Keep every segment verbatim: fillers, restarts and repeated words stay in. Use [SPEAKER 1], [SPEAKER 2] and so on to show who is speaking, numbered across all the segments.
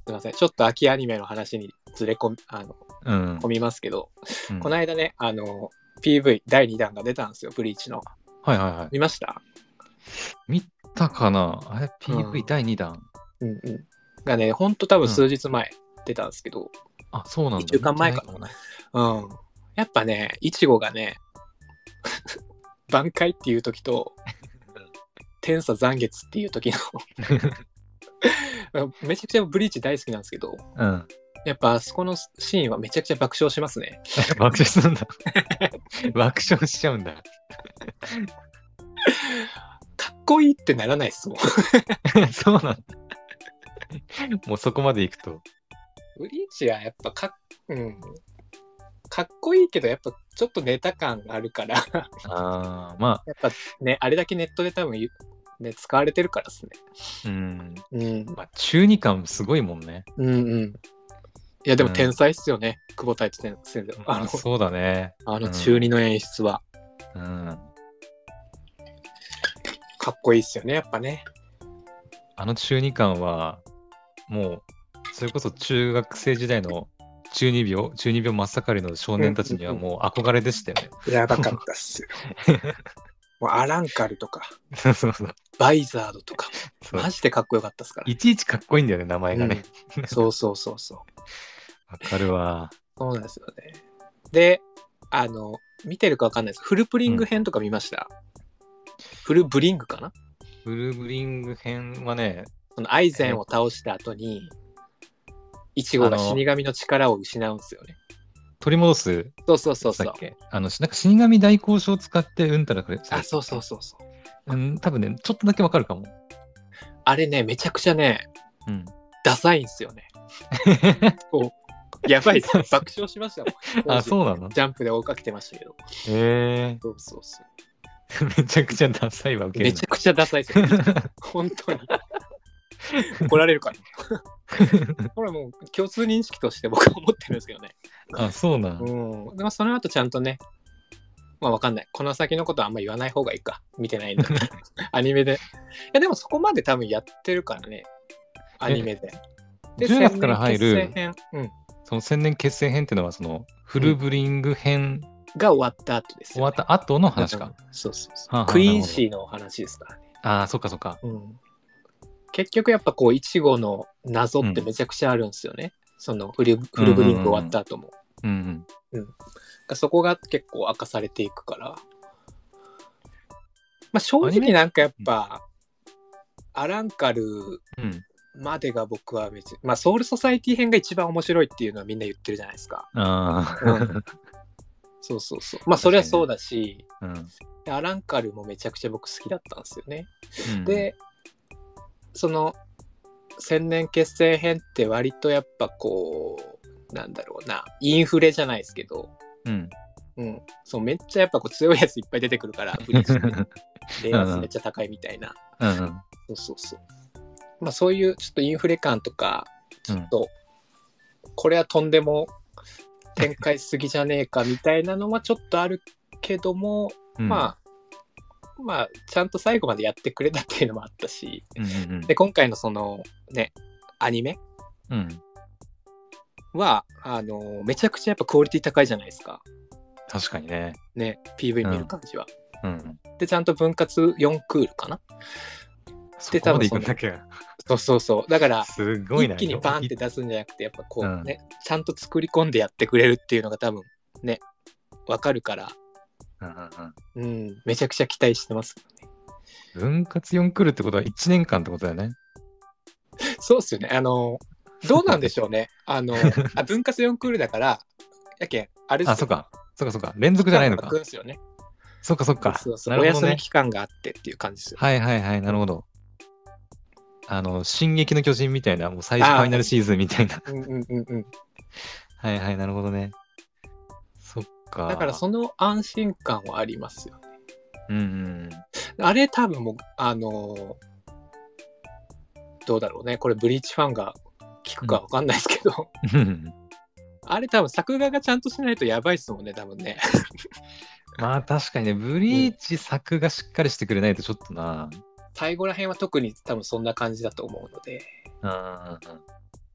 [SPEAKER 1] すいません。ちょっと秋アニメの話にずれ込み、あの、
[SPEAKER 2] うん
[SPEAKER 1] 込みますけど、
[SPEAKER 2] うん、
[SPEAKER 1] この間ね、あの、ピーブイだいにだんが出たんですよ、ブリーチの。
[SPEAKER 2] はいはいはい。
[SPEAKER 1] 見ました？
[SPEAKER 2] 見たかなあれ、
[SPEAKER 1] う
[SPEAKER 2] ピーブイ
[SPEAKER 1] ん。
[SPEAKER 2] だいにだん。
[SPEAKER 1] うんうん。がね、ほんと多分
[SPEAKER 2] うん。
[SPEAKER 1] 数日前出たんですけど、
[SPEAKER 2] あ、そうなん
[SPEAKER 1] 1
[SPEAKER 2] だ。
[SPEAKER 1] 週
[SPEAKER 2] 見て
[SPEAKER 1] 間前か
[SPEAKER 2] ないかもな。
[SPEAKER 1] な。うん。やっぱね、イチゴがね、挽回っていう時と、天差残月っていう時のめちゃくちゃブリーチ大好きなんですけど、
[SPEAKER 2] うん。
[SPEAKER 1] やっぱあそこのシーンはめちゃくちゃ爆笑しますね。
[SPEAKER 2] 爆笑するんだ。爆笑しちゃうんだ。
[SPEAKER 1] かっこいいってならないっすもん。
[SPEAKER 2] そうなんだ。もうそこまで行くと。
[SPEAKER 1] ブリーチはやっぱかっ、うん、かっこいいけどやっぱちょっとネタ感あるから
[SPEAKER 2] ああ、ま
[SPEAKER 1] やっぱね、あれだけネットで多分ね、使われてるからですね。
[SPEAKER 2] あ、うん。
[SPEAKER 1] うん。
[SPEAKER 2] まあ、中二感すごいもんね。
[SPEAKER 1] うんうん。いやでも天才っすよね、久保太一先生。あの、
[SPEAKER 2] そうだね。
[SPEAKER 1] あの中二の演出は。
[SPEAKER 2] うん。
[SPEAKER 1] かっこいいっすよね、やっぱね。
[SPEAKER 2] あの中二感は、もう、それこそ中学生時代の中二病、中二病真っ盛りの少年たちにはもう憧れでしたよね。
[SPEAKER 1] やばかったっすよ。もうアランカルとか、
[SPEAKER 2] そうそうそう。
[SPEAKER 1] バイザードとか、
[SPEAKER 2] そう
[SPEAKER 1] マジでかっこよかったっすから。
[SPEAKER 2] いちいちかっこいいんだよね、名前がね。
[SPEAKER 1] うん、そうそうそうそう。
[SPEAKER 2] わかるわ。
[SPEAKER 1] そうなんですよね。で、あの、見てるかわかんないです。フルプリング編とか見ました？フルブリングかな？
[SPEAKER 2] フルブリング編はね、
[SPEAKER 1] そのアイゼンを倒した後に、イチゴが死神の力を失うんですよね。
[SPEAKER 2] 取り戻す。
[SPEAKER 1] そうそうそうそう。
[SPEAKER 2] だっけあの、なんか死神大交渉を使ってうんたらくれ。
[SPEAKER 1] あ、そうそうそうそう。
[SPEAKER 2] うん、多分ね、ちょっとだけわかるかも。
[SPEAKER 1] あれね、めちゃくちゃね、
[SPEAKER 2] うん。
[SPEAKER 1] ダサいんですよね。こうやばいっす。爆笑しましたもん。
[SPEAKER 2] あ、そうなの？
[SPEAKER 1] ジャンプで追いかけてましたけど。
[SPEAKER 2] へえ。
[SPEAKER 1] そうそうそう。
[SPEAKER 2] めちゃくちゃダサいわ、受ける
[SPEAKER 1] めちゃくちゃダサいですよ。本当に。怒られるかな。これもう共通認識として僕は思ってるんですけどね。
[SPEAKER 2] あ、そうなん。
[SPEAKER 1] うん。でもその後ちゃんとね、まあわかんない。この先のことはあんま言わない方がいいか。見てないんだ。アニメで。いやでもそこまで多分やってるからね。アニメで。で、
[SPEAKER 2] じゅうがつから入る
[SPEAKER 1] 千年結成編、うん、
[SPEAKER 2] その千年結成編っていうのは、そのフルブリング編、
[SPEAKER 1] うん、が終わった後ですよ、ね。
[SPEAKER 2] 終わった後の話か。
[SPEAKER 1] そうそうそう。
[SPEAKER 2] はあはあ、
[SPEAKER 1] クイーンシーのお話ですからね。
[SPEAKER 2] ああ、そっかそっか。
[SPEAKER 1] うん、結局やっぱこう、イチゴの謎ってめちゃくちゃあるんですよね。うん、そのフルフルブリング終わった後も。うんうん。そこが結構明かされていくから。まあ正直なんかやっぱ、アランカルまでが僕は別に、まあソウルソサイティ編が一番面白いっていうのはみんな言ってるじゃないですか。
[SPEAKER 2] ああ、うん、
[SPEAKER 1] そうそうそう。まあそれはそうだし、
[SPEAKER 2] うん、
[SPEAKER 1] アランカルもめちゃくちゃ僕好きだったんですよね。
[SPEAKER 2] うん、
[SPEAKER 1] で、その千年結成編って割とやっぱこうなんだろうな、インフレじゃないですけど、
[SPEAKER 2] うん
[SPEAKER 1] うん、そうめっちゃやっぱこう強いやついっぱい出てくるからブリッジでレア圧めっちゃ高いみたいな、
[SPEAKER 2] うんうん、
[SPEAKER 1] そうそうそう。まあそういうちょっとインフレ感とかちょっと、うん、これはとんでも展開すぎじゃねえかみたいなのはちょっとあるけども、うん、まあまあちゃんと最後までやってくれたっていうのもあったし、うんうんうん、で今回のそのねアニメ、うん、はあのめちゃくちゃやっぱクオリティ高いじゃないですか。
[SPEAKER 2] 確かにね。
[SPEAKER 1] ね ピーブイ 見る感じは。
[SPEAKER 2] うんうん、
[SPEAKER 1] でちゃんと分割よんクールかな。
[SPEAKER 2] で多分その
[SPEAKER 1] そうそうそうだから
[SPEAKER 2] すごい
[SPEAKER 1] 一気にバーンって出すんじゃなくてやっぱこうね、うん、ちゃんと作り込んでやってくれるっていうのが多分ねわかるから、うんうんうん、めちゃくちゃ期待してます、ね。
[SPEAKER 2] 分割よんクールってことはいちねんかんってことだよね。
[SPEAKER 1] そうっすよね。あのどうなんでしょうね。あのあ分割よんクールだからやけんあれですよ。
[SPEAKER 2] あ、そうかそうかそうか連続じゃないのか。
[SPEAKER 1] 空くんすよね。
[SPEAKER 2] そうかそうか。
[SPEAKER 1] そうそう、ね、お休み期間があってっていう感じですよ。
[SPEAKER 2] はいはいはいなるほど。あの進撃の巨人みたいなもう最初ファイナルシーズンみたいな。うんうんうんうん。はいはいなるほどね。そっか。
[SPEAKER 1] だからその安心感はありますよね。
[SPEAKER 2] うんうん。
[SPEAKER 1] あれ多分もうあのどうだろうね。これブリーチファンが聞くかわかんないですけど、うん、あれ多分作画がちゃんとしないとやばいっすもんね多分ね。
[SPEAKER 2] まあ確かにねブリーチ作がしっかりしてくれないとちょっとな、うん、
[SPEAKER 1] 最後らへんは特に多分そんな感じだと思うので、
[SPEAKER 2] あ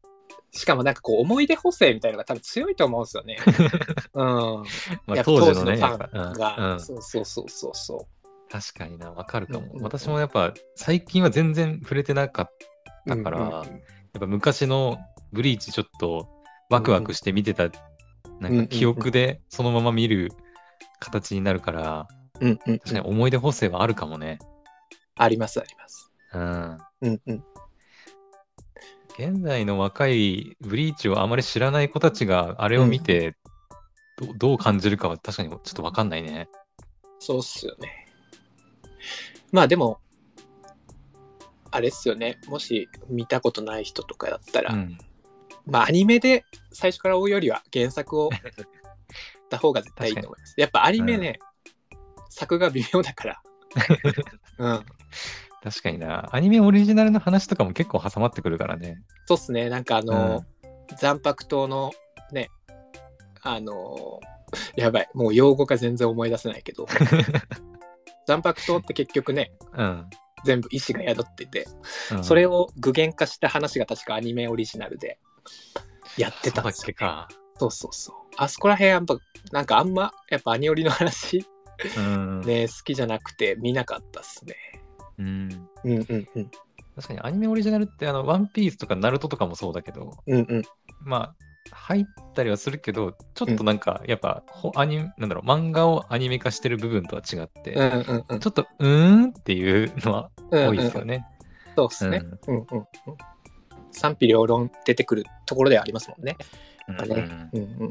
[SPEAKER 1] しかもなんかこう思い出補正みたいなのが多分強いと思うんですよね。うん。
[SPEAKER 2] まあ
[SPEAKER 1] やっぱ
[SPEAKER 2] 当時のね、
[SPEAKER 1] 当時のフ
[SPEAKER 2] やっぱ、
[SPEAKER 1] ァンが、
[SPEAKER 2] うん、うん。
[SPEAKER 1] そうそうそうそうそ
[SPEAKER 2] 確かにな、わかるかも。
[SPEAKER 1] うんうんうん
[SPEAKER 2] 私もやっぱ最近は全然触れてなかっ
[SPEAKER 1] う。
[SPEAKER 2] たから、
[SPEAKER 1] うんうん
[SPEAKER 2] やっぱ昔のブリーチちょっとワクワクして見てた、なんか記憶でそのまま見る形になるから、
[SPEAKER 1] うんうんうん。
[SPEAKER 2] 確かに思い出補正はあるかもね。
[SPEAKER 1] ありますあります。
[SPEAKER 2] うん。
[SPEAKER 1] うんうん。
[SPEAKER 2] 現在の若いブリーチをあまり知らない子たちがあれを見てど、どう感じるかは確かにちょっとわかんないね。
[SPEAKER 1] そうっすよね。まあでも、あれっすよね。もし見たことない人とかだったら、
[SPEAKER 2] うん。
[SPEAKER 1] まあアニメで最初から追うよりは原作を見た方が絶対いいと思います。やっぱアニメね、作が微妙だから。うん。
[SPEAKER 2] 確かにな。アニメオリジナルの話とかも結構挟まってくるからね。
[SPEAKER 1] そうっすね。なんかあの、残白刀のね、あの、やばい。もう用語が全然思い出せないけど、残白刀って結局ね、
[SPEAKER 2] うん。
[SPEAKER 1] 全部意志が宿ってて、
[SPEAKER 2] うん
[SPEAKER 1] それを具現化した話が確かアニメオリジナルでやってたんですよ、ね。
[SPEAKER 2] そうだっけか。
[SPEAKER 1] そうそうそう。あそこら辺やっぱなんかあんまやっぱアニオリの話
[SPEAKER 2] うん。
[SPEAKER 1] ね好きじゃなくて見なかったっすね。
[SPEAKER 2] うん。
[SPEAKER 1] うんうんうん
[SPEAKER 2] 確かにアニメオリジナルってあの、ワンピースとかナルトとかもそうだけど、
[SPEAKER 1] うんうん
[SPEAKER 2] まあ、入ったりはするけど、ちょっとなんか、やっぱ、ほアニメ、なんだろう、漫画をアニメ化してる部分とは違って、
[SPEAKER 1] うんうんうん。
[SPEAKER 2] ちょっと、うーんっていうのは多いですよね。
[SPEAKER 1] そうっすね。うんうんうん。賛否両論出てくるところではありますもんね。やっぱね。うんうん。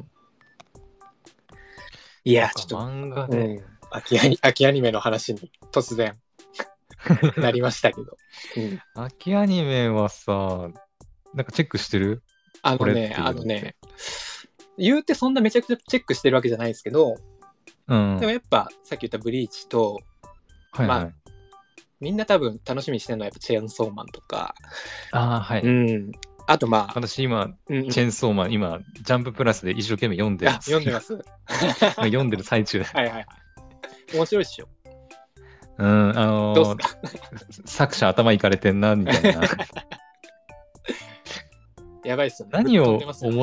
[SPEAKER 1] いや、ちょっと、
[SPEAKER 2] 漫画で、
[SPEAKER 1] うん、秋アニ秋アニメの話に突然なりましたけど。うん、
[SPEAKER 2] 秋アニメはさ、なんかチェックしてる？
[SPEAKER 1] あのね、あのね、言うてそんなめちゃくちゃチェックしてるわけじゃないですけど、
[SPEAKER 2] うん、
[SPEAKER 1] でもやっぱさっき言ったブリーチと、
[SPEAKER 2] はいはい、
[SPEAKER 1] まあ、みんな多分楽しみにしてるのはやっぱチェーンソーマンとか、
[SPEAKER 2] ああ、はい。
[SPEAKER 1] うん。あとまあ、
[SPEAKER 2] 私今、
[SPEAKER 1] うんうん、
[SPEAKER 2] チェーンソーマン、今、ジャンププラスで一生懸命読んでます。
[SPEAKER 1] 読んでます。
[SPEAKER 2] 読んでる最中。
[SPEAKER 1] はいはいはい。面白いっしょ。
[SPEAKER 2] うん、あのー、
[SPEAKER 1] どうすか
[SPEAKER 2] 作者頭いかれてんな、みたいな。
[SPEAKER 1] やばいっすよね。
[SPEAKER 2] 何を
[SPEAKER 1] ね、
[SPEAKER 2] 思って、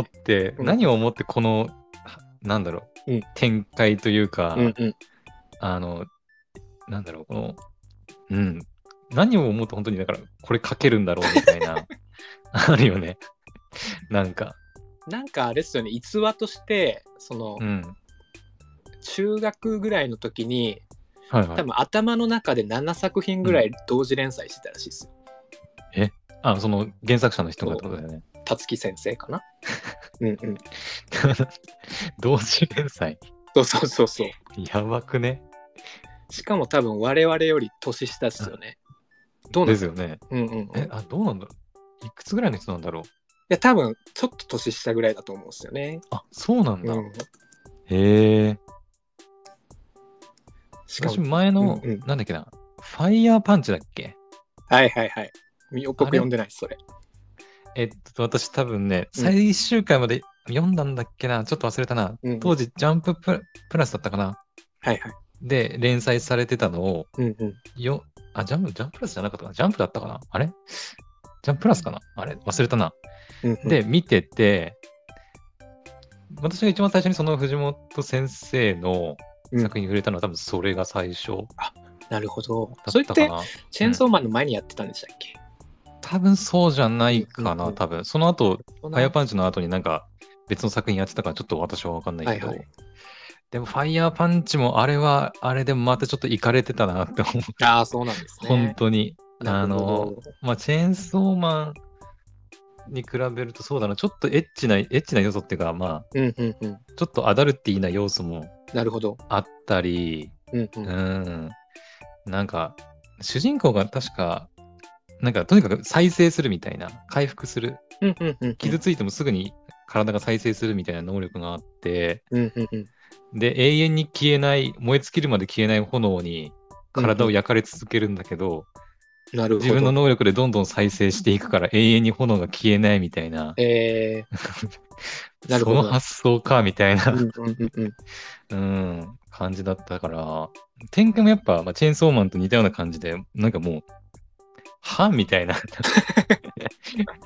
[SPEAKER 2] うん、何を思ってこの、なんだろう、うん、展開というか、うんうん、あの、なんだろう、この、うん、何を思うと本当にだから、これ書けるんだろうみたいな、あるよね。なんか。
[SPEAKER 1] なんかあれっすよね、逸話として、その、うん、中学ぐらいの時に、はいはい、多分頭の中でななさく品ぐらい同時連載してたらしいですよ。
[SPEAKER 2] うん、えあ、その原作者の人がってことだよね。
[SPEAKER 1] たつき先生かなうんうん。
[SPEAKER 2] 同時連載
[SPEAKER 1] そうそうそうそう。
[SPEAKER 2] やばくね。
[SPEAKER 1] しかも多分我々より年下ですよね。
[SPEAKER 2] どうなんですよね。
[SPEAKER 1] うんうん、うん。
[SPEAKER 2] え、あ、どうなんだろう。いくつぐらいの人なんだろう。い
[SPEAKER 1] や、多分ちょっと年下ぐらいだと思うんですよね。
[SPEAKER 2] あ、そうなんだ。うん、へえ。しかし前の、うんうん、なんだっけな、ファイヤーパンチだっけ？
[SPEAKER 1] はいはいはい。予告読んでないです、それ。
[SPEAKER 2] えっと、私多分ね、最終回まで読んだんだっけな、うん、ちょっと忘れたな。うんうん、当時、ジャンププ ラ, プラスだったかな。
[SPEAKER 1] はいはい。
[SPEAKER 2] で、連載されてたのを、
[SPEAKER 1] うんうん、
[SPEAKER 2] よあ、ジャンプ、ジャンププラスじゃなかったかな。ジャンプだったかな。あれジャンププラスかな。あれ忘れたな。うんうん、で、見てて、私が一番最初にその藤本先生の作品に触れたのは、うん、多分それが最初。
[SPEAKER 1] あ、なるほど。それってチェーンソーマンの前にやってたんでしたっけ？
[SPEAKER 2] うん、多分そうじゃないかな、多分。その後、ファイヤーパンチの後になんか別の作品やってたからちょっと私は分かんないけど。はいはい、でもファイヤーパンチもあれは、あれでもまたちょっとイカれてたなって思う。
[SPEAKER 1] ああ、そうなんですね。
[SPEAKER 2] 本当に。あの、まあ、チェーンソーマンに比べるとそうだな、ちょっとエッチな、エッチな要素っていうか、まあ、
[SPEAKER 1] うんうんうん、
[SPEAKER 2] ちょっとアダルティーな要素も
[SPEAKER 1] なるほど
[SPEAKER 2] あったり、
[SPEAKER 1] うんうん、
[SPEAKER 2] うんなんか、主人公が確か、なんかとにかく再生するみたいな、回復する、
[SPEAKER 1] うんうんうんうん、
[SPEAKER 2] 傷ついてもすぐに体が再生するみたいな能力があって、
[SPEAKER 1] うんうんうん、
[SPEAKER 2] で、永遠に消えない、燃え尽きるまで消えない炎に体を焼かれ続けるんだけど、
[SPEAKER 1] うんうん、なるほど
[SPEAKER 2] 自分の能力でどんどん再生していくから永遠に炎が消えないみたいな。
[SPEAKER 1] え
[SPEAKER 2] ー、なるほどその発想かみたいな、
[SPEAKER 1] うんうんうんうん
[SPEAKER 2] うん、感じだったから、展開もやっぱ、まあ、チェーンソーマンと似たような感じで、なんかもう、はみたいな。
[SPEAKER 1] もう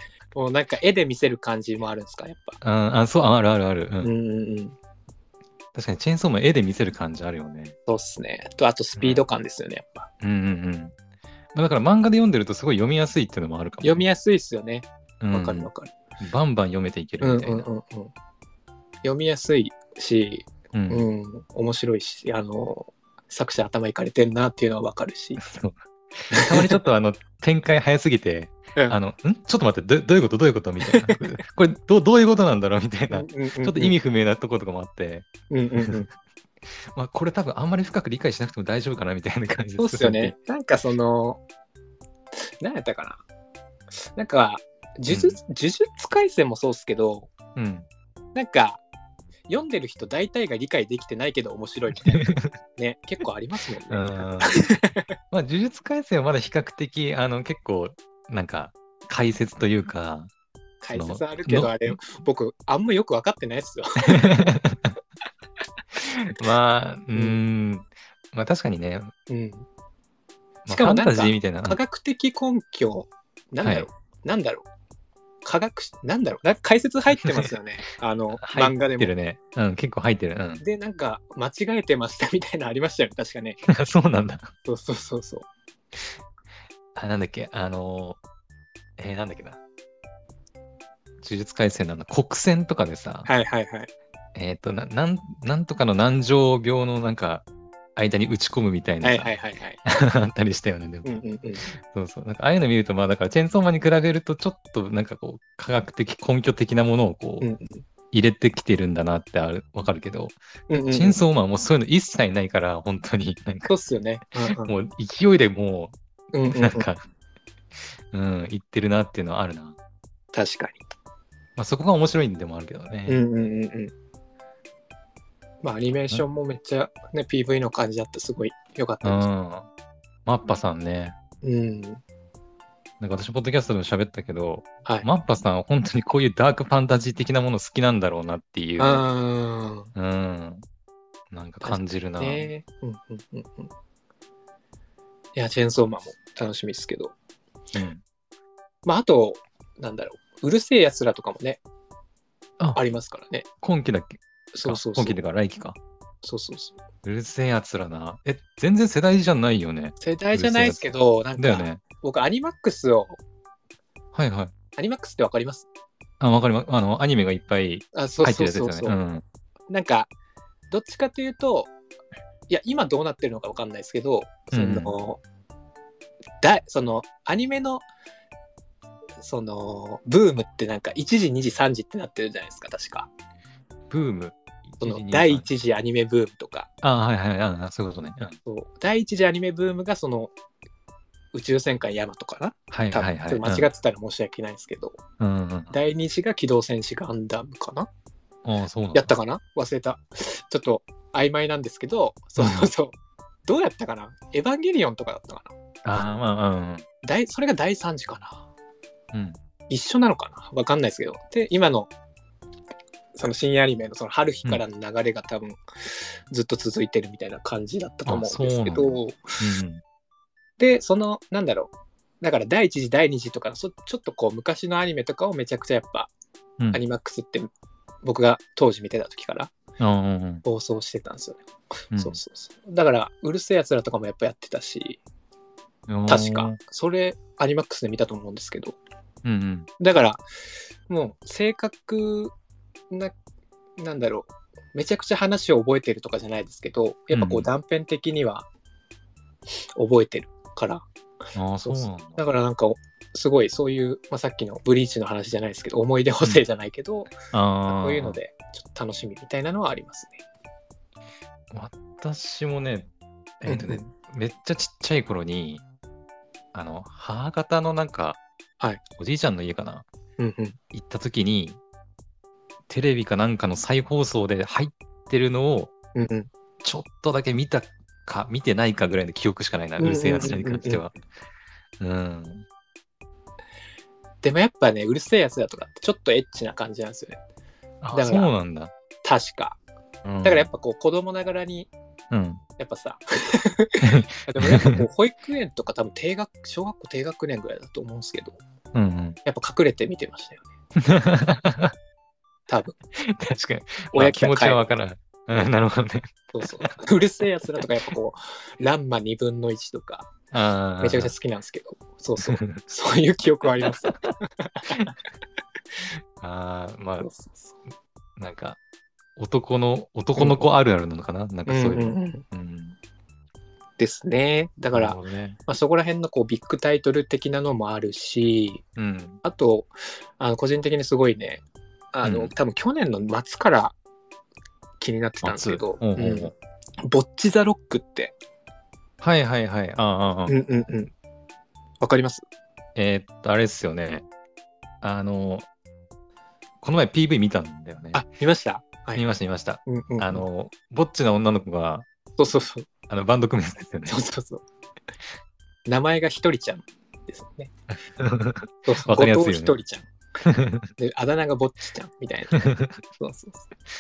[SPEAKER 1] のなんか絵で見せる感じもあるんですかやっぱ。
[SPEAKER 2] ああ、そう、あるあるある。うん。
[SPEAKER 1] うんうんうん。
[SPEAKER 2] 確かにチェーンソーマン絵で見せる感じあるよね。
[SPEAKER 1] そうっすね。と、あとスピード感ですよね、やっぱ。
[SPEAKER 2] うんうんうん。まあ、だから漫画で読んでるとすごい読みやすいっていうのもあるかも、ね。
[SPEAKER 1] 読みやすいっすよね。
[SPEAKER 2] うん
[SPEAKER 1] わかるわかる。
[SPEAKER 2] バンバン読めていけるみたいな。
[SPEAKER 1] うんうんうんうん。読みやすいし、
[SPEAKER 2] うん、
[SPEAKER 1] うん、面白いし、あの、作者頭いかれてるなっていうのはわかるし。
[SPEAKER 2] そうたまにちょっとあの、展開早すぎて、うん、あの、んちょっと待ってど、どういうことどういうことみたいな。これどう、どういうことなんだろうみたいな、うんうんうんうん。ちょっと意味不明なところとかもあって。うんうんうんまあこれ多分あんまり深く理解しなくても大丈夫かなみたいな感じです。
[SPEAKER 1] そうっすよね。なんかその、何やったかな。なんか、呪術、うん、呪術廻戦もそうっすけど、うん、なんか、読んでる人大体が理解できてないけど面白いみたいなね結構ありますもんね。
[SPEAKER 2] まあ呪術廻戦はまだ比較的あの結構なんか解説というか
[SPEAKER 1] 解説あるけどあれ僕あんまよく分かってないっすよ。
[SPEAKER 2] まあうーん、うん、まあ確かにね。うん。
[SPEAKER 1] しかもなんか科学的根拠なんだろう、はい、なんだろう。科学なんだろうなんか解説入ってますよねあの漫画でも。入って
[SPEAKER 2] るね。うん結構入ってる。うん、
[SPEAKER 1] でなんか間違えてましたみたいなのありましたよね確かね。
[SPEAKER 2] そうなんだ。
[SPEAKER 1] そうそうそうそう。
[SPEAKER 2] あなんだっけあのえー、なんだっけな。呪術廻戦の国戦とかでさ。
[SPEAKER 1] はいはいはい。
[SPEAKER 2] えっ、ー、とななんなんとかの難情病のなんか間に打ち込むみたいなさ、はいはいはいはい、あったりしたよねでも、うんうんうん、そうそうなんかああいうの見るとまあだからチェーンソーマンに比べるとちょっとなんかこう科学的根拠的なものをこう、うんうん、入れてきてるんだなってあるわかるけど、うんうんうん、チェーンソーマンはもうそういうの一切ないから本当になんか
[SPEAKER 1] そうっすよね、
[SPEAKER 2] うんうん、もう勢いでもう、うんうんうん、なんかうん言ってるなっていうのはあるな。
[SPEAKER 1] 確かに、
[SPEAKER 2] まあ、そこが面白いんでもあるけどね。
[SPEAKER 1] うんうんうんうんまあアニメーションもめっちゃね ピーブイ の感じだったすごい良かったです。うん。
[SPEAKER 2] マッパさんね。うん。なんか私ポッドキャストでも喋ったけど、はい、マッパさんは本当にこういうダークファンタジー的なもの好きなんだろうなっていう、ね。うん。なんか感じるな。ね、うんうんうんうん。い
[SPEAKER 1] やチェーンソーマンも楽しみですけど。うん。まああとなんだろううるせえやつらとかもね あ, ありますからね。
[SPEAKER 2] 今期だっけ。
[SPEAKER 1] そうそうそう。
[SPEAKER 2] 今期とか来期か。
[SPEAKER 1] そうそうそう。
[SPEAKER 2] うるせえやつらな。え、全然世代じゃないよね。
[SPEAKER 1] 世代じゃないですけど、なんか、だよね、僕、アニマックスを、
[SPEAKER 2] はいはい。
[SPEAKER 1] アニマックスってわかります？
[SPEAKER 2] あ、わかります。あの、アニメがいっぱい入ってるやつですよね。うん。
[SPEAKER 1] なんか、どっちかというと、いや、今どうなってるのかわかんないですけど、その、うん、だその、アニメの、その、ブームってなんか、いちじ、にじ、さんじってなってるじゃないですか、確か。
[SPEAKER 2] ブーム
[SPEAKER 1] その第一次アニメブームとか。
[SPEAKER 2] あはいはいはい、そういうことね。うん、
[SPEAKER 1] そう第一次アニメブームがその宇宙戦艦ヤマトかな。
[SPEAKER 2] はいはいはい。
[SPEAKER 1] 間違ってたら申し訳ないですけど、うんうん、第二次が機動戦士ガンダムかな。
[SPEAKER 2] あそうなんだ。
[SPEAKER 1] やったかな忘れた。ちょっと曖昧なんですけど、そうそうそう。うん、どうやったかなエヴァンゲリオンとかだったか
[SPEAKER 2] な。あまあうん。
[SPEAKER 1] 第それが第三次かな。うん。一緒なのかなわかんないですけど。で今のその新アニメのその春日からの流れが多分ずっと続いてるみたいな感じだったと思うんですけど、うん、でそのなんだろうだから第一次第二次とかそちょっとこう昔のアニメとかをめちゃくちゃやっぱ、うん、アニマックスって僕が当時見てた時から放送してたんですよね、うん、そうそうそうだからうるせえやつらとかもやっぱやってたし、確かそれアニマックスで見たと思うんですけど、うんうん、だからもう正確な, なんだろうめちゃくちゃ話を覚えてるとかじゃないですけどやっぱこう断片的には覚えてるから、
[SPEAKER 2] うん、あそうなんだ。
[SPEAKER 1] だからなんかすごいそういう、まあ、さっきのブリーチの話じゃないですけど思い出補正じゃないけど、うん、こういうのでちょっと楽しみみたいなのはあります
[SPEAKER 2] ね。私もねえっとね、うん、めっちゃちっちゃい頃にあの母方のなんか、はい、おじいちゃんの家かな、うんうん、行った時にテレビかなんかの再放送で入ってるのをちょっとだけ見たか見てないかぐらいの記憶しかないな、うるせえやつらに関しては。うん。
[SPEAKER 1] でもやっぱねうるせえやつらとかってちょっとエッチな感じなんですよね。
[SPEAKER 2] だからそうなんだ。
[SPEAKER 1] 確か。うん、だからやっぱこう子供ながらに、うん、やっぱさでもやっぱこう保育園とか多分低学小学校低学年ぐらいだと思うんですけど、
[SPEAKER 2] うんうん、
[SPEAKER 1] やっぱ隠れて見てましたよね。多分。
[SPEAKER 2] 確かに。
[SPEAKER 1] 親
[SPEAKER 2] 気持ちはわからん。うん、なるほどね。
[SPEAKER 1] そうそう。うるせえやつらとか、やっぱこう、ランマにぶんのいちとか、めちゃくちゃ好きなんですけど、そうそう。そういう記憶はあります。
[SPEAKER 2] ああ、まあ、
[SPEAKER 1] そうそうそう、
[SPEAKER 2] なんか、男の、男の子あるあるなのかな、うん、なんかそういうの。うんうんうん
[SPEAKER 1] うん、ですね。だから、ね、まあ、そこら辺のこうビッグタイトル的なのもあるし、
[SPEAKER 2] うん、
[SPEAKER 1] あと、あの個人的にすごいね、あの、うん、多分去年の末から気になってたんですけど、うんうん、ボッチ・ザ・ロックって。
[SPEAKER 2] はいはいはい。ああ、ああ。
[SPEAKER 1] うんうんうん。わかります？
[SPEAKER 2] えー、っと、あれですよね。あの、この前 ピーブイ 見たんだよね。
[SPEAKER 1] あ、見ました？はい、
[SPEAKER 2] 見ました見ました。
[SPEAKER 1] うんうんうん、
[SPEAKER 2] あの、ぼっちの女の子が、
[SPEAKER 1] そうそうそう。
[SPEAKER 2] あのバンド組むんですよね。
[SPEAKER 1] そうそうそう。名前がひとりちゃんですよね。
[SPEAKER 2] そうそう、わかりやすいよね。
[SPEAKER 1] ひとりちゃん。で、あだ名がぼっちちゃんみたいな。そうそうそう。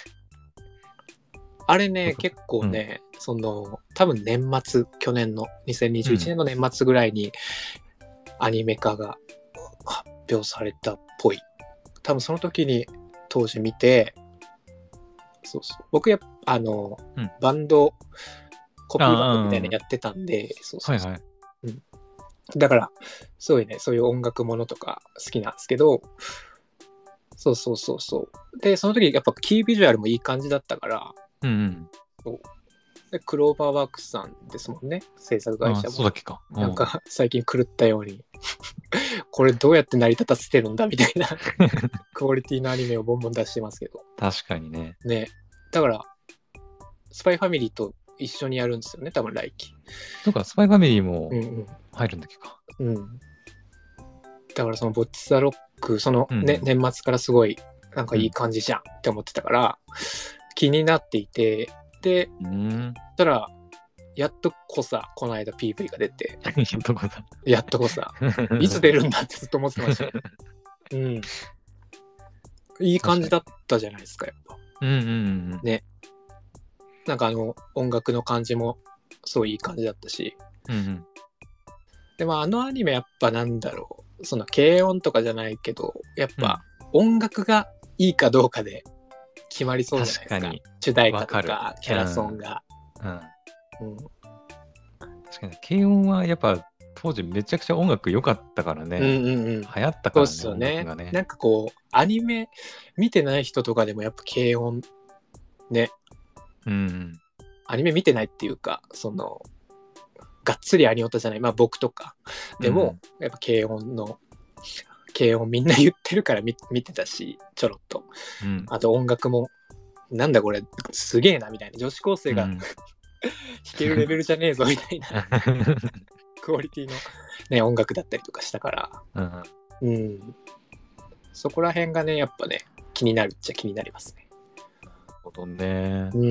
[SPEAKER 1] あれね、結構ね、うん、その、多分年末、去年のにせんにじゅういちねんの年末ぐらいにアニメ化が発表されたっぽい。多分その時に当時見て、そうそう。僕やあの、うん、バンド、コピーバンドみたいなのやってたんで、そうそうそう。はいはい、うん、だから、すごいね、そういう音楽ものとか好きなんですけど、そうそうそうそう。で、その時やっぱキービジュアルもいい感じだったから、うんうん、そうでクローバーワークスさんですもんね、制作会社も。
[SPEAKER 2] そうだっけか。
[SPEAKER 1] うん、なんか最近狂ったようにこれどうやって成り立たせてるんだみたいなクオリティのアニメをボンボン出してますけど。
[SPEAKER 2] 確かにね。
[SPEAKER 1] ね。だからスパイファミリーと一緒にやるんですよね、多分来期。
[SPEAKER 2] そうか、スパイファミリーも入るんだっけか。
[SPEAKER 1] うん、うん。だからそのボッチ・ザ・ロック、その、ね、うん、年末からすごいなんかいい感じじゃんって思ってたから、うん、気になっていて、で、うん、そしたらやっとこさこの間 ピーブイ が出て
[SPEAKER 2] やっとこさ
[SPEAKER 1] やっとこさいつ出るんだってずっと思ってました。うん。いい感じだったじゃないですか、やっぱ。うんうんうん。ね。なんかあの音楽の感じもすごいいい感じだったし。うんうん。でもあのアニメやっぱなんだろう、その軽音とかじゃないけど、やっぱ音楽がいいかどうかで決まりそうじゃないですか。確かに。主題歌とかキャラソンが。うん。うんうん、
[SPEAKER 2] 確かに軽音はやっぱ当時めちゃくちゃ音楽良かったからね、うんうんうん、流行ったからね。そうですよね。音楽がね、
[SPEAKER 1] なんかこうアニメ見てない人とかでもやっぱ軽音ね、うん、アニメ見てないっていうか、そのがっつりアニオタじゃない、まあ僕とかでも、うん、やっぱ軽音の軽音みんな言ってるから見、見てたし、ちょろっと、うん、あと音楽もなんだこれすげえなみたいな、女子高生が、うん弾けるレベルじゃねえぞみたいなクオリティの、ね、音楽だったりとかしたから、うんうん、そこら辺がねやっぱね気になるっちゃ気になりますね。
[SPEAKER 2] なるほどね。
[SPEAKER 1] うん。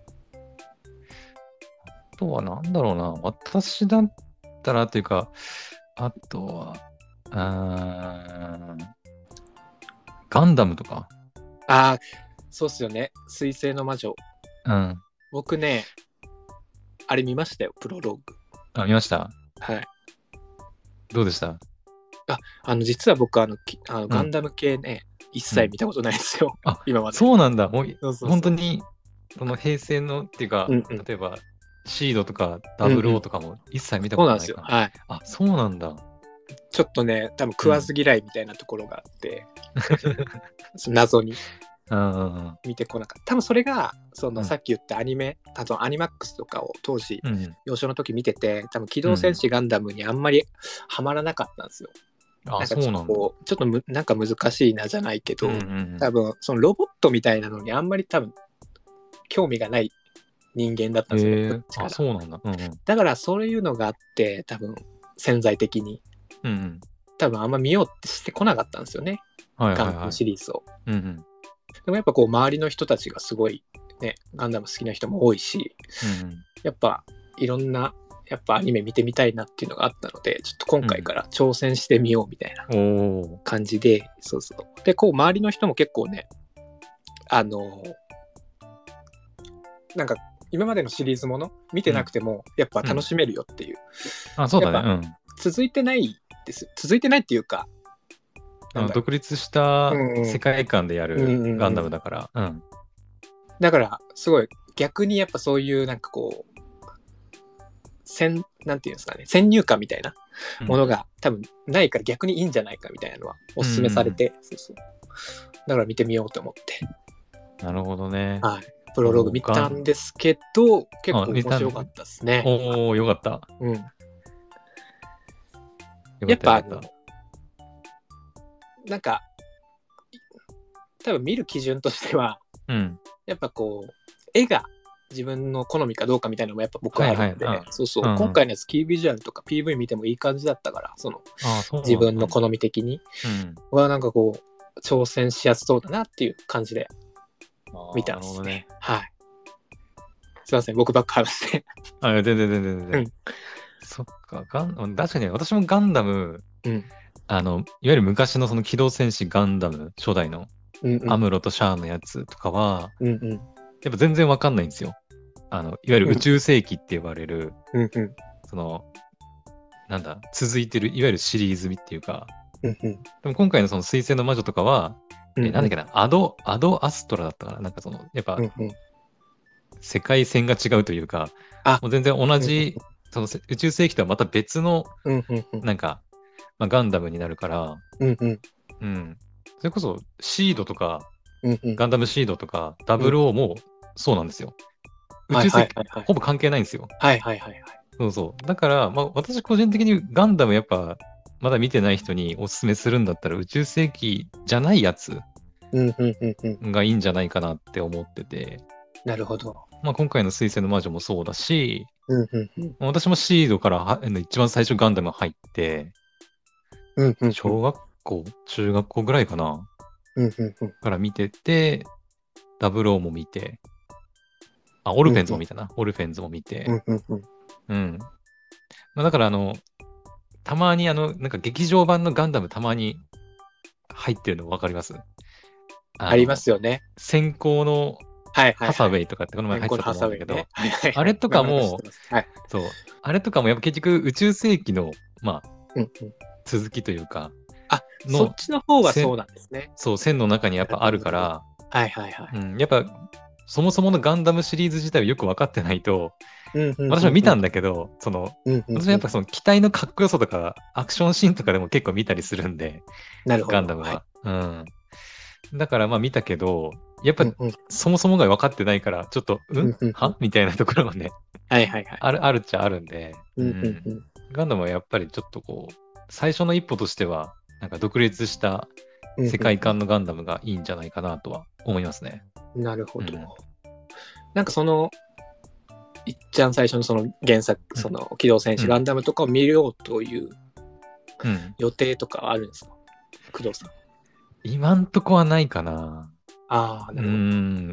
[SPEAKER 2] あとはなんだろうな、私だったらというか、あとはあガンダムとか。
[SPEAKER 1] ああ、そうっすよね。水星の魔女。
[SPEAKER 2] うん。
[SPEAKER 1] 僕ねあれ見ましたよ、プロローグ。
[SPEAKER 2] あ、見ました？
[SPEAKER 1] はい。
[SPEAKER 2] どうでした？
[SPEAKER 1] あ、あの、実は僕、あの、あのガンダム系ね、うん、一切見たことないですよ。
[SPEAKER 2] うん、あ、今まで。そうなんだ。もう、そうそうそう、本当に、その平成のっていうか、うんうん、例えば、シードとかダブルオーとかも一切見たことないか、
[SPEAKER 1] うんうん、そうなんですよ。
[SPEAKER 2] はい。あ、そうなんだ。
[SPEAKER 1] ちょっとね、多分食わず嫌いみたいなところがあって、うん、謎に。見てこなかった。多分それがそのさっき言ったアニメ、あとアニマックスとかを当時、うん、幼少の時見てて、多分機動戦士ガンダムにあんまりハマらなかったんですよ。うん、なんかちょっとこうちょっとむなんか難しいなじゃないけど、うんうんうん、多分そのロボットみたいなのにあんまり多分興味がない人間だったんですよ。
[SPEAKER 2] へー、あ、そうなんだ。うんうん、
[SPEAKER 1] だからそういうのがあって多分潜在的に、うんうん、多分あんま見ようってしてこなかったんですよね。はいはいはい、ガンダムシリーズを。うんうん、でもやっぱこう周りの人たちがすごいねガンダム好きな人も多いし、うん、やっぱいろんなやっぱアニメ見てみたいなっていうのがあったので、ちょっと今回から挑戦してみようみたいな感じで、うん、そうそうでこう周りの人も結構ねあのなんか今までのシリーズもの見てなくてもやっぱ楽しめるよっていう、
[SPEAKER 2] うん、あ、そうだね、
[SPEAKER 1] 続いてないです続いてないっていうか
[SPEAKER 2] あの独立した世界観でやるガンダムだから。うんうんうんうん、
[SPEAKER 1] だから、すごい、逆にやっぱそういうなんかこう、先、なんていうんですかね、先入観みたいなものが多分ないから逆にいいんじゃないかみたいなのはお勧めされて、うんうん、そうそう。だから見てみようと思って。
[SPEAKER 2] なるほどね。
[SPEAKER 1] はい。プロローグ見たんですけど、結構面白かったですね。
[SPEAKER 2] おー、よかった。
[SPEAKER 1] うん。やっぱあの、なんか、多分見る基準としては、
[SPEAKER 2] うん、
[SPEAKER 1] やっぱこう、絵が自分の好みかどうかみたいなのもやっぱ僕はあるので、はいはい、そうそう、うんうん、今回のやつキービジュアルとか ピーブイ 見てもいい感じだったから、その自分の好み的にはなんかこう挑戦しやすそうだなっていう感じで見たんですね。ね、はい。すいません、僕ばっか話して。
[SPEAKER 2] あ、全然全然全然。うん、そっか、ガン確かに私もガンダム、うん、あのいわゆる昔のその機動戦士ガンダム初代の、うんうん、アムロとシャアのやつとかは、うんうん、やっぱ全然わかんないんですよ。あのいわゆる宇宙世紀って呼ばれる、うんうん、そのなんだ続いてるいわゆるシリーズっていうか、うんうん、でも今回のその水星の魔女とかは、うんうん、えなんだっけなアドアドアストラだったかな、なんかそのやっぱ、うんうん、世界線が違うというか、もう全然同じ、うんうん、その宇宙世紀とはまた別の、うんうんうん、なんか、まあ、ガンダムになるから、うんうんうん、それこそシードとか、うんうん、ガンダムシードとかダブルオーもそうなんですよ。宇宙世紀、はいはいはいはい、ほぼ関係ないんですよ。
[SPEAKER 1] はいはいはいはい。
[SPEAKER 2] そうそう。だから、まあ、私個人的にガンダムやっぱ、まだ見てない人におすすめするんだったら、宇宙世紀じゃないやつがいいんじゃないかなって思ってて。
[SPEAKER 1] なるほど。
[SPEAKER 2] まあ、今回の水星の魔女もそうだし、うんうんうん、私もシードから一番最初ガンダム入って、うんうんうん、小学校、中学校ぐらいかな、うんうんうん、から見てて、ダブルオーも見て、あ、オルフェンズも見たな。うんうん、オルフェンズも見て。うんうんうん。うん。まあ、だからあの、たまにあの、なんか劇場版のガンダムたまに入ってるの分かります？
[SPEAKER 1] あ, ありますよね。
[SPEAKER 2] 先行のハサウェイとかってこの前入ってたと思うんだけど、あれとかも、はい、そう、あれとかもやっぱ結局宇宙世紀の、まあ、うんうん、続きというか、
[SPEAKER 1] あ、そっちの方はそうなんですね。
[SPEAKER 2] そう、線の中にやっぱあるから、
[SPEAKER 1] はいはいはい。
[SPEAKER 2] うん、やっぱ、そもそものガンダムシリーズ自体をよく分かってないと、うんうんうんうん、私も見たんだけど、その、うんうんうん、私はやっぱその機体のかっこよさとか、アクションシーンとかでも結構見たりするんで、
[SPEAKER 1] なるほど、
[SPEAKER 2] ガンダムは。はい、うん。だからまあ見たけど、やっぱ、うんうん、そもそもが分かってないから、ちょっと、うん、うんうん、はみたいなところがね、
[SPEAKER 1] はいはいはい。
[SPEAKER 2] ある、あるっちゃあるんで、
[SPEAKER 1] うんうんうん、
[SPEAKER 2] ガンダムはやっぱりちょっとこう、最初の一歩としては、なんか独立した世界観のガンダムがいいんじゃないかなとは思いますね。
[SPEAKER 1] うんうん、なるほど。うん、なんかその、いっちゃん最初のその原作、うん、その機動戦士ガンダムとかを見ようという予定とかあるんですか、うん、工藤さん。
[SPEAKER 2] 今んとこはないかな。
[SPEAKER 1] ああ、なるほど。
[SPEAKER 2] うん。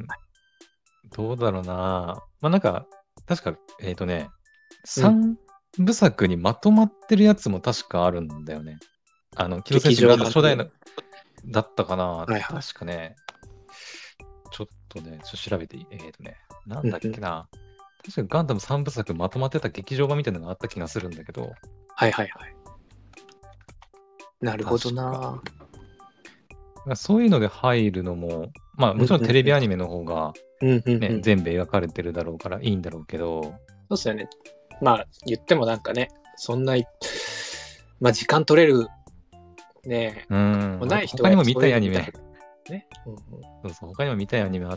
[SPEAKER 2] どうだろうな。まあなんか、確か、えっ、ー、とね、さんぶさくにまとまってるやつも確かあるんだよね。あの、機動戦士ガンダム初代の、だったかな。はいはい、確かね、ちょっとね、ちょっと調べていい。えっ、ー、とね、なんだっけな。うんうん、確かガンダムさんぶさくまとまってた劇場版みたいなのがあった気がするんだけど。
[SPEAKER 1] はいはいはい。なるほどな。
[SPEAKER 2] そういうので入るのも、まあもちろんテレビアニメの方が、ね、全部描かれてるだろうからいいんだろうけど。そう
[SPEAKER 1] ですよね。まあ言ってもなんかね、そんな、まあ時間取れる、ね、
[SPEAKER 2] うん、
[SPEAKER 1] ない人
[SPEAKER 2] は他にも見たいアニメ。
[SPEAKER 1] ね、うんうん、
[SPEAKER 2] そうそう、他にも見たいアニメあって、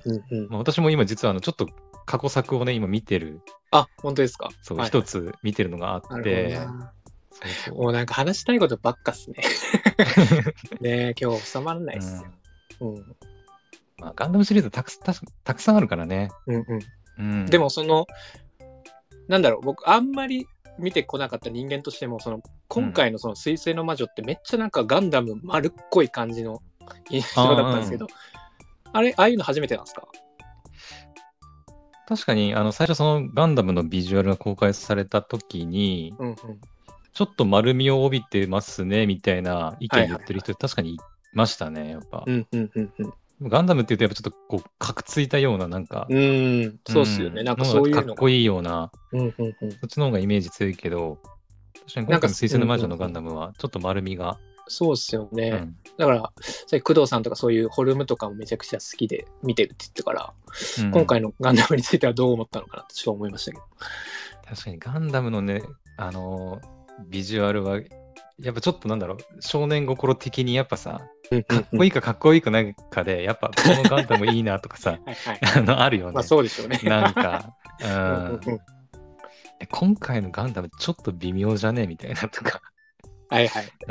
[SPEAKER 2] うんうんうん、まあ、私も今実はあのちょっと過去作をね、今見てる。
[SPEAKER 1] あ、本当ですか。
[SPEAKER 2] そう、一、はい、つ見てるのがあって。
[SPEAKER 1] そうそう、もうなんか話したいことばっかっすね。ねえ、今日収まらないっすよ。うんうん、
[SPEAKER 2] まあ、ガンダムシリーズたくたたくさんあるからね。
[SPEAKER 1] うんうんうん、でもその、なんだろう、僕あんまり見てこなかった人間としても、その今回のその水星の魔女ってめっちゃなんかガンダム丸っこい感じの印象だったんですけど、あ, あれ、ああいうの初めてなんですか？
[SPEAKER 2] 確かに、あの、最初そのガンダムのビジュアルが公開された時に、うんうん、ちょっと丸みを帯びてますね、みたいな意見言ってる人、確かにいましたね、やっぱ。うんうんうんうん、ガンダムって言うと、やっぱちょっとこう、かくついたような、なんか、
[SPEAKER 1] うん、そうっすよね。うん、なんかそういうの
[SPEAKER 2] かっこいいような、うんうんうん、そっちの方がイメージ強いけど、確かに今回の水星の魔女のガンダムは、ちょっと丸みが
[SPEAKER 1] そうっすよね。
[SPEAKER 2] うん、
[SPEAKER 1] だから、さっき工藤さんとかそういうフォルムとかもめちゃくちゃ好きで見てるって言ってから、
[SPEAKER 2] うん、
[SPEAKER 1] 今回のガンダムについてはどう思ったのかなってちょっと思いましたけど。
[SPEAKER 2] 確かにガンダムのね、あのービジュアルは、やっぱちょっとなんだろう、少年心的にやっぱさ、かっこいいかかっこいいかなんかで、やっぱこのガンダムいいなとかさ、
[SPEAKER 1] はいはい、
[SPEAKER 2] あの、あるよね。
[SPEAKER 1] まあそうでしょうね。
[SPEAKER 2] なんか、う
[SPEAKER 1] うんうん
[SPEAKER 2] ん。
[SPEAKER 1] うん、
[SPEAKER 2] 今回のガンダムちょっと微妙じゃねみたいなとか。
[SPEAKER 1] はいはい。
[SPEAKER 2] うん。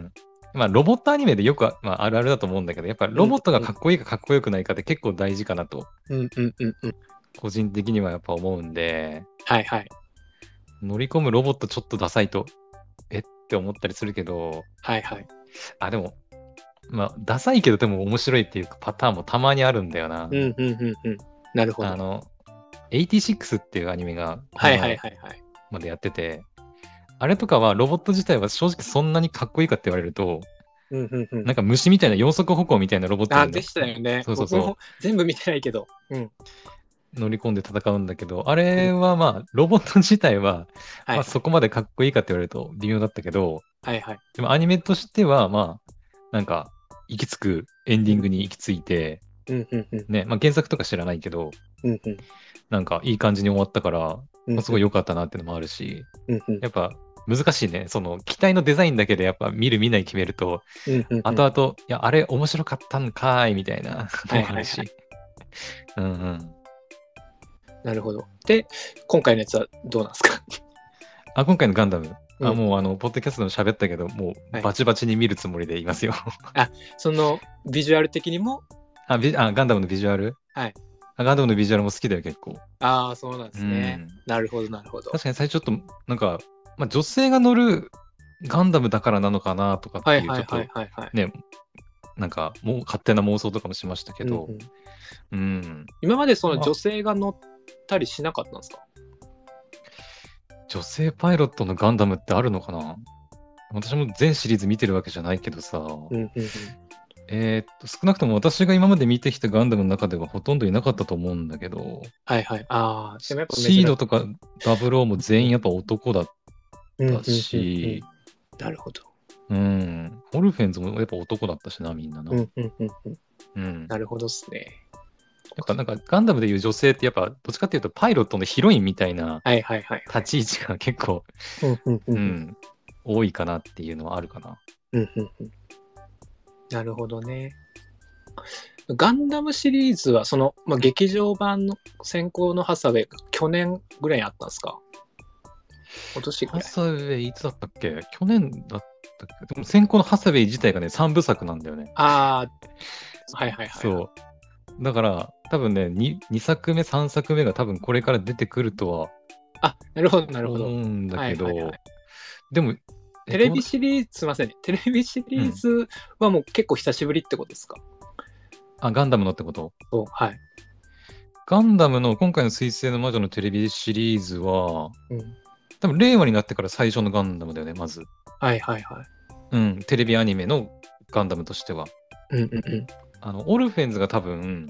[SPEAKER 2] まあ、ロボットアニメでよくあ、まあ、あるあるだと思うんだけど、やっぱロボットがかっこいいかかっこよくないかって結構大事かなと、
[SPEAKER 1] うんうんうんうん。
[SPEAKER 2] 個人的にはやっぱ思うんで、
[SPEAKER 1] はいはい。
[SPEAKER 2] 乗り込むロボットちょっとダサいと、えって思ったりするけど、
[SPEAKER 1] はいはい。
[SPEAKER 2] あ、でも、まあ、ダサいけどでも面白いっていうパターンもたまにあるんだよな。
[SPEAKER 1] うんうんうんうん。なるほど。
[SPEAKER 2] あの、エイティシックスっていうアニメがこ
[SPEAKER 1] はいはい
[SPEAKER 2] の前
[SPEAKER 1] はいはい。
[SPEAKER 2] までやってて、あれとかはロボット自体は正直そんなにかっこいいかって言われると、
[SPEAKER 1] うんうんうん。
[SPEAKER 2] なんか虫みたいな四足歩行みたいなロボット
[SPEAKER 1] あ、
[SPEAKER 2] に
[SPEAKER 1] でしたよね。
[SPEAKER 2] そうそうそう
[SPEAKER 1] 僕も全部見てないけど。うん。
[SPEAKER 2] 乗り込んで戦うんだけど、あれはまあ、ロボット自体は、
[SPEAKER 1] はい
[SPEAKER 2] まあそこまでかっこいいかって言われると微妙だったけど、
[SPEAKER 1] はいはい。
[SPEAKER 2] でもアニメとしてはまあ、なんか、行き着くエンディングに行き着いて、
[SPEAKER 1] うんうんうん。
[SPEAKER 2] ね、まあ原作とか知らないけど、
[SPEAKER 1] うんうん。
[SPEAKER 2] なんかいい感じに終わったから、
[SPEAKER 1] うん
[SPEAKER 2] まあすごい良かったなっていうのもあるし、
[SPEAKER 1] うんうん。
[SPEAKER 2] やっぱ難しいね。その機体のデザインだけでやっぱ見る見ない決めると、
[SPEAKER 1] うんうんうん。
[SPEAKER 2] 後々、いや、あれ面白かったんかーいみたいな
[SPEAKER 1] はいはいはい
[SPEAKER 2] のもあるし。うんうん。
[SPEAKER 1] なるほど。で、今回のやつはどうなんですか？
[SPEAKER 2] あ、今回のガンダム。あ、
[SPEAKER 1] うん
[SPEAKER 2] もうあの、ポッドキャストでも喋ったけど、も
[SPEAKER 1] はい
[SPEAKER 2] うバチバチに見るつもりでいますよ。
[SPEAKER 1] そのビジュアル的にも、
[SPEAKER 2] あ、ビあ、ガンダムのビジュアル
[SPEAKER 1] はい。
[SPEAKER 2] あガンダムのビジュアルも好きだよ、結構。
[SPEAKER 1] ああ、そうなんですね。
[SPEAKER 2] うん
[SPEAKER 1] なるほどなるほど。
[SPEAKER 2] 確かに最初ちょっと、なんか、まあ、女性が乗るガンダムだからなのかなとかっていう、ちょっと
[SPEAKER 1] はいはいはいはいはい。
[SPEAKER 2] ね、なんか、もう勝手な妄想とかもしましたけど、
[SPEAKER 1] うんうん
[SPEAKER 2] うん。
[SPEAKER 1] 今までその
[SPEAKER 2] まあ
[SPEAKER 1] 女性が乗ったりしなかったんですか？
[SPEAKER 2] 女性パイロットのガンダムってあるのかな私も全シリーズ見てるわけじゃないけどさ、
[SPEAKER 1] うんうんうん。
[SPEAKER 2] えーっと、少なくとも私が今まで見てきたガンダムの中ではほとんどいなかったと思うんだけど、
[SPEAKER 1] はいはい。ああ、でもやっぱ珍しい
[SPEAKER 2] シードとかダブルオーも全員やっぱ男だっ
[SPEAKER 1] うんうんうんうん
[SPEAKER 2] たし、
[SPEAKER 1] なるほど。
[SPEAKER 2] うん、オルフェンズもやっぱ男だったしな、みんなな。
[SPEAKER 1] うんうんうんうん。
[SPEAKER 2] うん。
[SPEAKER 1] なるほどっすね。
[SPEAKER 2] やっぱなんかガンダムでいう女性ってやっぱどっちかっていうとパイロットのヒロインみたいな
[SPEAKER 1] はいはいはい。
[SPEAKER 2] 立ち位置が結構、
[SPEAKER 1] うんうんう
[SPEAKER 2] うんん、多いかなっていうのはあるかな。
[SPEAKER 1] うんうんうん。なるほどね。ガンダムシリーズは、その、まあ、劇場版の先行のハサウェイが去年ぐらいにあったんですか？今年ぐらい。
[SPEAKER 2] ハサウェイいつだったっけ去年だったっけでも先行のハサウェイ自体がね、さんぶさくなんだよね。
[SPEAKER 1] ああ、はいはいはい。
[SPEAKER 2] そう。だから、多分ねに、にさくめ、さんさくめが多分これから出てくるとは
[SPEAKER 1] あ、なるほどなるほど。
[SPEAKER 2] 思うんだけど、
[SPEAKER 1] はいはいはい
[SPEAKER 2] でも、え
[SPEAKER 1] テレビ
[SPEAKER 2] どう
[SPEAKER 1] シリーズ、すいませんね。テレビシリーズはもう結構久しぶりってことですか？
[SPEAKER 2] あ、ガンダムのってこと
[SPEAKER 1] そう、はい。
[SPEAKER 2] ガンダムの今回の水星の魔女のテレビシリーズは、
[SPEAKER 1] うん。
[SPEAKER 2] 多分令和になってから最初のガンダムだよね、まず。
[SPEAKER 1] はいはいはい。
[SPEAKER 2] うん、テレビアニメのガンダムとしては。
[SPEAKER 1] うんうんうん。
[SPEAKER 2] あの、オルフェンズが多分、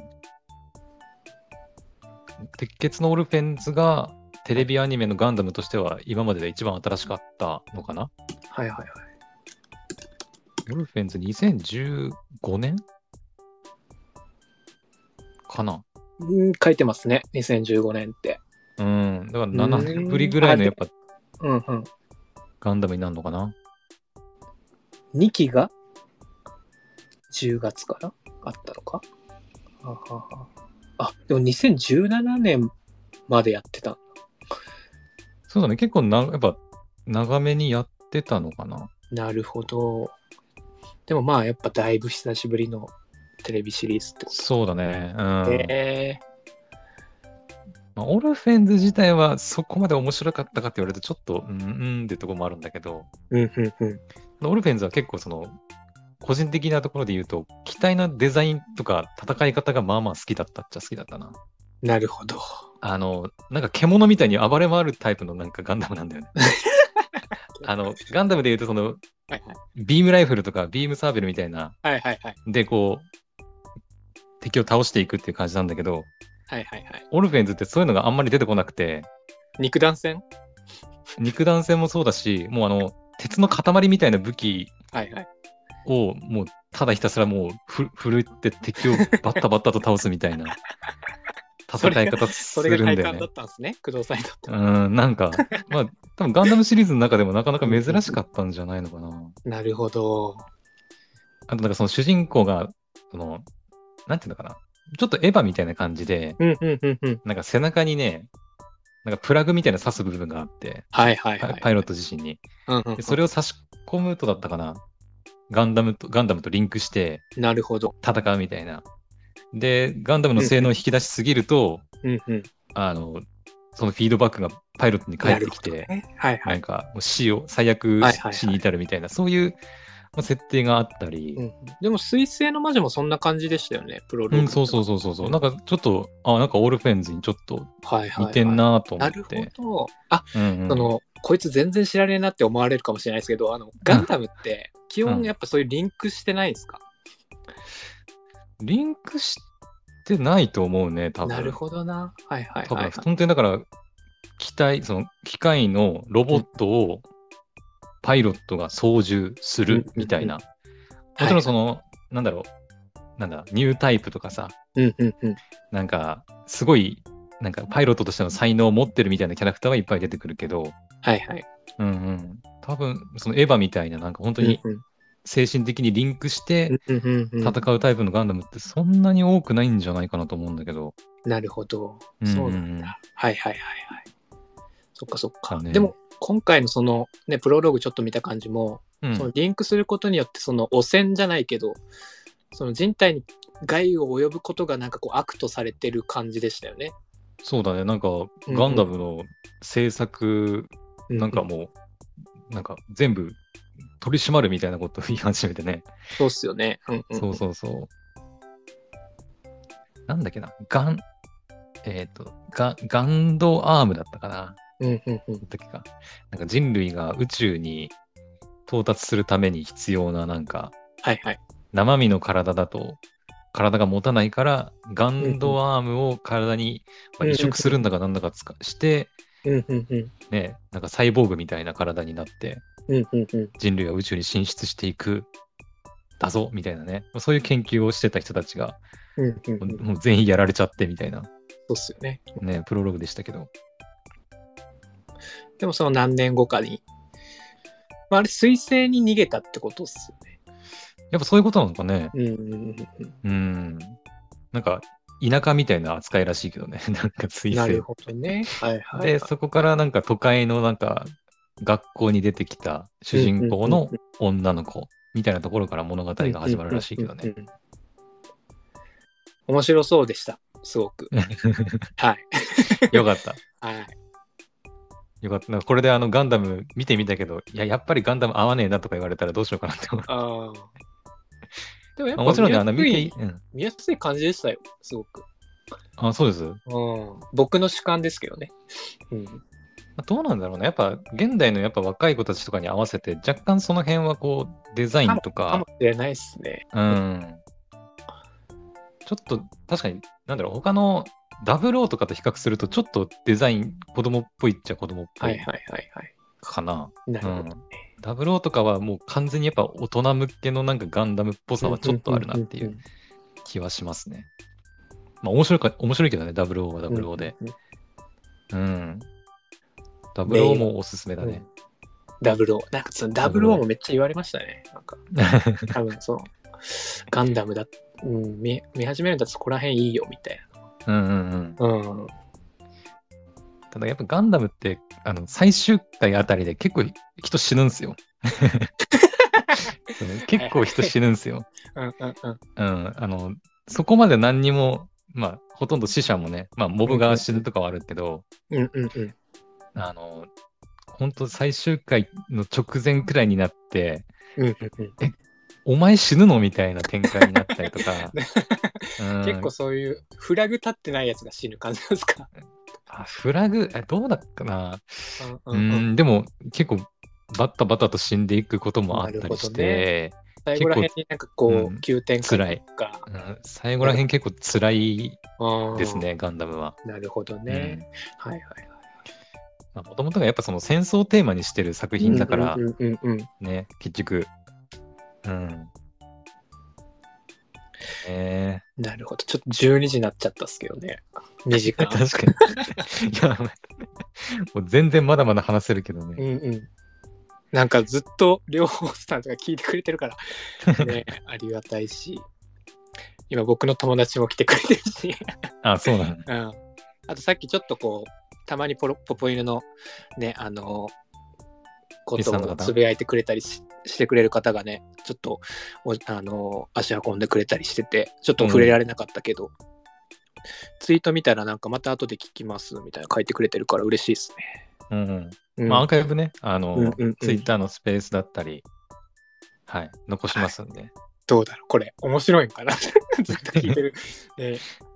[SPEAKER 2] 鉄血のオルフェンズがテレビアニメのガンダムとしては今までで一番新しかったのかな
[SPEAKER 1] はいはいはい。
[SPEAKER 2] オルフェンズにせんじゅうごねんかな
[SPEAKER 1] うん、書いてますね。にせんじゅうごねんって。
[SPEAKER 2] うん、だからななねんぶりぐらいのやっぱ
[SPEAKER 1] うんうん。
[SPEAKER 2] ガンダムになるのかな
[SPEAKER 1] にきがじゅうがつからあったのかはははあ、でもにせんじゅうななねんまでやってた。
[SPEAKER 2] そうだね、結構な、やっぱ長めにやってたのかな
[SPEAKER 1] なるほど。でもまあやっぱだいぶ久しぶりのテレビシリーズってこと。
[SPEAKER 2] そうだね。うん。
[SPEAKER 1] え
[SPEAKER 2] まあ、オルフェンズ自体はそこまで面白かったかって言われるとちょっとうんうんってところもあるんだけど、
[SPEAKER 1] ー、うんうんうん。
[SPEAKER 2] オルフェンズは結構その個人的なところで言うと機体のデザインとか戦い方がまあまあ好きだったっちゃ好きだったな。
[SPEAKER 1] なるほど。
[SPEAKER 2] あの、なんか獣みたいに暴れ回るタイプのなんかガンダムなんだよね。あの、ガンダムで言うとその
[SPEAKER 1] はいはい
[SPEAKER 2] ビームライフルとかビームサーベルみたいな
[SPEAKER 1] はいはいはい
[SPEAKER 2] でこう敵を倒していくっていう感じなんだけど、
[SPEAKER 1] はいはいはい。
[SPEAKER 2] オルフェンズってそういうのがあんまり出てこなくて、
[SPEAKER 1] 肉弾戦
[SPEAKER 2] 肉弾戦もそうだし、もうあの、鉄の塊みたいな武器
[SPEAKER 1] はいはい。
[SPEAKER 2] をもうただひたすらもうふ振るって敵をバッタバッタと倒すみたいな戦い方するんだよね。それが体感
[SPEAKER 1] だったんですね、工藤さんにとって。
[SPEAKER 2] うん、なんか、まあ、多分ガンダムシリーズの中でもなかなか珍しかったんじゃないのかな。
[SPEAKER 1] なるほど。
[SPEAKER 2] あとなんかその主人公が、その、なんていうのかな。ちょっとエヴァみたいな感じで、
[SPEAKER 1] うんうんうんうん、
[SPEAKER 2] なんか背中にね、なんかプラグみたいな刺す部分があって、
[SPEAKER 1] はいはいはいはい、
[SPEAKER 2] パイロット自身に、
[SPEAKER 1] うんうんうん。
[SPEAKER 2] でそれを差し込むとだったかな。ガンダムと、ガンダムとリンクして、
[SPEAKER 1] なるほど。
[SPEAKER 2] 戦うみたいな。で、ガンダムの性能を引き出しすぎると、
[SPEAKER 1] うんうん、あ
[SPEAKER 2] の、そのフィードバックがパイロットに返ってきて、
[SPEAKER 1] ね、はいはい、
[SPEAKER 2] なんかもう死を、最悪死に至るみたいな、はいはいはい、そういう設定があったり、
[SPEAKER 1] うん、でも水星の魔女もそんな感じでしたよね、プロローグ。
[SPEAKER 2] うん、そうそうそうそう、うん、なんかちょっと、あ、なんかオールフェンズにちょっと似てんなと思って。
[SPEAKER 1] はいはいはい、なるほど。あ、うんうん、その、こいつ全然知らねえなって思われるかもしれないですけど、あの、ガンダムって基本やっぱそういうリンクしてないですか？
[SPEAKER 2] うん、リンクしてないと思うね、多分。
[SPEAKER 1] なるほどな。はいはいはい、はい。
[SPEAKER 2] 多分、本当にだから、機体、その機械のロボットをパイロットが操縦するみたいな。うんうんうん、もちろんその、はいはい、なんだろう、なんだ、ニュータイプとかさ、
[SPEAKER 1] うんうんうん、
[SPEAKER 2] なんか、すごい、なんかパイロットとしての才能を持ってるみたいなキャラクターはいっぱい出てくるけど、
[SPEAKER 1] はいはい。
[SPEAKER 2] うんうん。多分、そのエヴァみたいな、なんか本当に精神的にリンクして戦うタイプのガンダムってそんなに多くないんじゃないかなと思うんだけど。
[SPEAKER 1] なるほど。そうなんだ。はいはいはいはい。そっかそっか。ね、でも、今回のそのね、プロローグちょっと見た感じも、うん、そのリンクすることによって、その汚染じゃないけど、その人体に害を及ぶことがなんかこう悪とされてる感じでしたよね。
[SPEAKER 2] そうだね。なんか、ガンダムの制作、うんうん、なんかもう、うんうん、なんか全部取り締まるみたいなことを言い始めてね。
[SPEAKER 1] そうっすよね。うんうんうん、
[SPEAKER 2] そうそうそう。なんだっけな。ガン、えっ、ー、と、ガ、ガンドアームだったかな。
[SPEAKER 1] うんうんうん。
[SPEAKER 2] 時か。なんか人類が宇宙に到達するために必要ななんか、
[SPEAKER 1] はいはい。
[SPEAKER 2] 生身の体だと体が持たないから、ガンドアームを体に、まあ、移植するんだかなんだかつかして、
[SPEAKER 1] うんうんうん、
[SPEAKER 2] ね、なんかサイボーグみたいな体になって、
[SPEAKER 1] うんうんうん、
[SPEAKER 2] 人類が宇宙に進出していくだぞみたいなね、そういう研究をしてた人たちが、
[SPEAKER 1] うんうんうん、
[SPEAKER 2] もう全員やられちゃってみたいな、
[SPEAKER 1] そうっすよね。
[SPEAKER 2] ね、プロローグでしたけど。
[SPEAKER 1] でもその何年後かに、まあ、あれ水星に逃げたってことっすよね。
[SPEAKER 2] やっぱそういうことなのかね。
[SPEAKER 1] うんうんうん、
[SPEAKER 2] うん。なんか田舎みたいな扱いらしいけどね。なんか水星。
[SPEAKER 1] なるほどね。はいはい、はい。
[SPEAKER 2] で、そこからなんか都会のなんか学校に出てきた主人公の女の子みたいなところから物語が始まるらしいけどね。
[SPEAKER 1] 面白そうでした。すごく。はい。
[SPEAKER 2] よかった。
[SPEAKER 1] はい。
[SPEAKER 2] よかった。これであのガンダム見てみたけど、いや、やっぱりガンダム合わねえなとか言われたらどうしようかなって思う。
[SPEAKER 1] ああ。でもやっぱ
[SPEAKER 2] もちろんね、あの
[SPEAKER 1] 見やすい、うん、見やすい感じでしたよ、すごく。
[SPEAKER 2] あ、そうです。うん。
[SPEAKER 1] 僕の主観ですけどね。うん。
[SPEAKER 2] どうなんだろうね。やっぱ現代のやっぱ若い子たちとかに合わせて若干その辺はこうデザインとか。
[SPEAKER 1] かもしれないっすね。
[SPEAKER 2] うん。ちょっと確かに、なんだろう、他のダブルオーとかと比較するとちょっとデザイン子供っぽいっちゃ子供っぽい。
[SPEAKER 1] はいはいはいはい。
[SPEAKER 2] かな。
[SPEAKER 1] なるほどね。
[SPEAKER 2] うん、ダブルオーとかはもう完全にやっぱ大人向けのなんかガンダムっぽさはちょっとあるなっていう気はしますね。まあ面白いか、面白いけどね、ダブルオーはダブルオーで。うん。うん、ダブルオーもおすすめだね。
[SPEAKER 1] ダブルオー。なんかそのダブルオーもめっちゃ言われましたね。なんか、多分その、ガンダムだ、うん、見、見始めるんだとそこら辺いいよみたい
[SPEAKER 2] な。うんうんうん。
[SPEAKER 1] うん。
[SPEAKER 2] ただやっぱガンダムってあの最終回あたりで結構人死ぬんすよ。結構人死ぬんすよ。
[SPEAKER 1] うんうんうん。
[SPEAKER 2] うん。あの、そこまで何にも、まあ、ほとんど死者もね、まあ、モブが死ぬとかはあるけど、
[SPEAKER 1] うんうんうん。
[SPEAKER 2] あの、本当最終回の直前くらいになって、
[SPEAKER 1] うんうんうん、
[SPEAKER 2] え、お前死ぬのみたいな展開になったりとか。
[SPEAKER 1] うん、結構そういうフラグ立ってないやつが死ぬ感じですか？
[SPEAKER 2] あ、フラグ、え、どうだったかな、うんうんうん、うん、でも結構バッタバタと死んでいくこともあったりして、ね、
[SPEAKER 1] 最後ら辺になんかこう、うん、急展開とか、
[SPEAKER 2] うん、最後ら辺結構辛いですね、ガンダムは。
[SPEAKER 1] なるほどね。うん、はいはい
[SPEAKER 2] はい。もともとがやっぱその戦争をテーマにしてる作品だから、ね、結局。 うん。え
[SPEAKER 1] ー、なるほど。ちょっとじゅうにじになっちゃったっすけどね。にじかん。
[SPEAKER 2] 確かに。いや、もう全然まだまだ話せるけどね。
[SPEAKER 1] うんうん。なんかずっと両方スタンスが聞いてくれてるからね、ありがたいし、今僕の友達も来てくれてるし。
[SPEAKER 2] あ、そうなの、ね。
[SPEAKER 1] うん。あとさっきちょっとこう、たまにポロポポイルのね、あの、ことをつぶやいてくれたり し, してくれる方がね、ちょっとあの足運んでくれたりしてて、ちょっと触れられなかったけど、うん、ツイート見たらなんかまた後で聞きますみたいな書いてくれてるから嬉しいですね。
[SPEAKER 2] うんうんうん、まあ、アーカイブね、あの、うんうんうん、ツイッターのスペースだったり、はい、残しますんで。はい、
[SPEAKER 1] どうだろうこれ、面白いんかなずっと聞いてる、ね。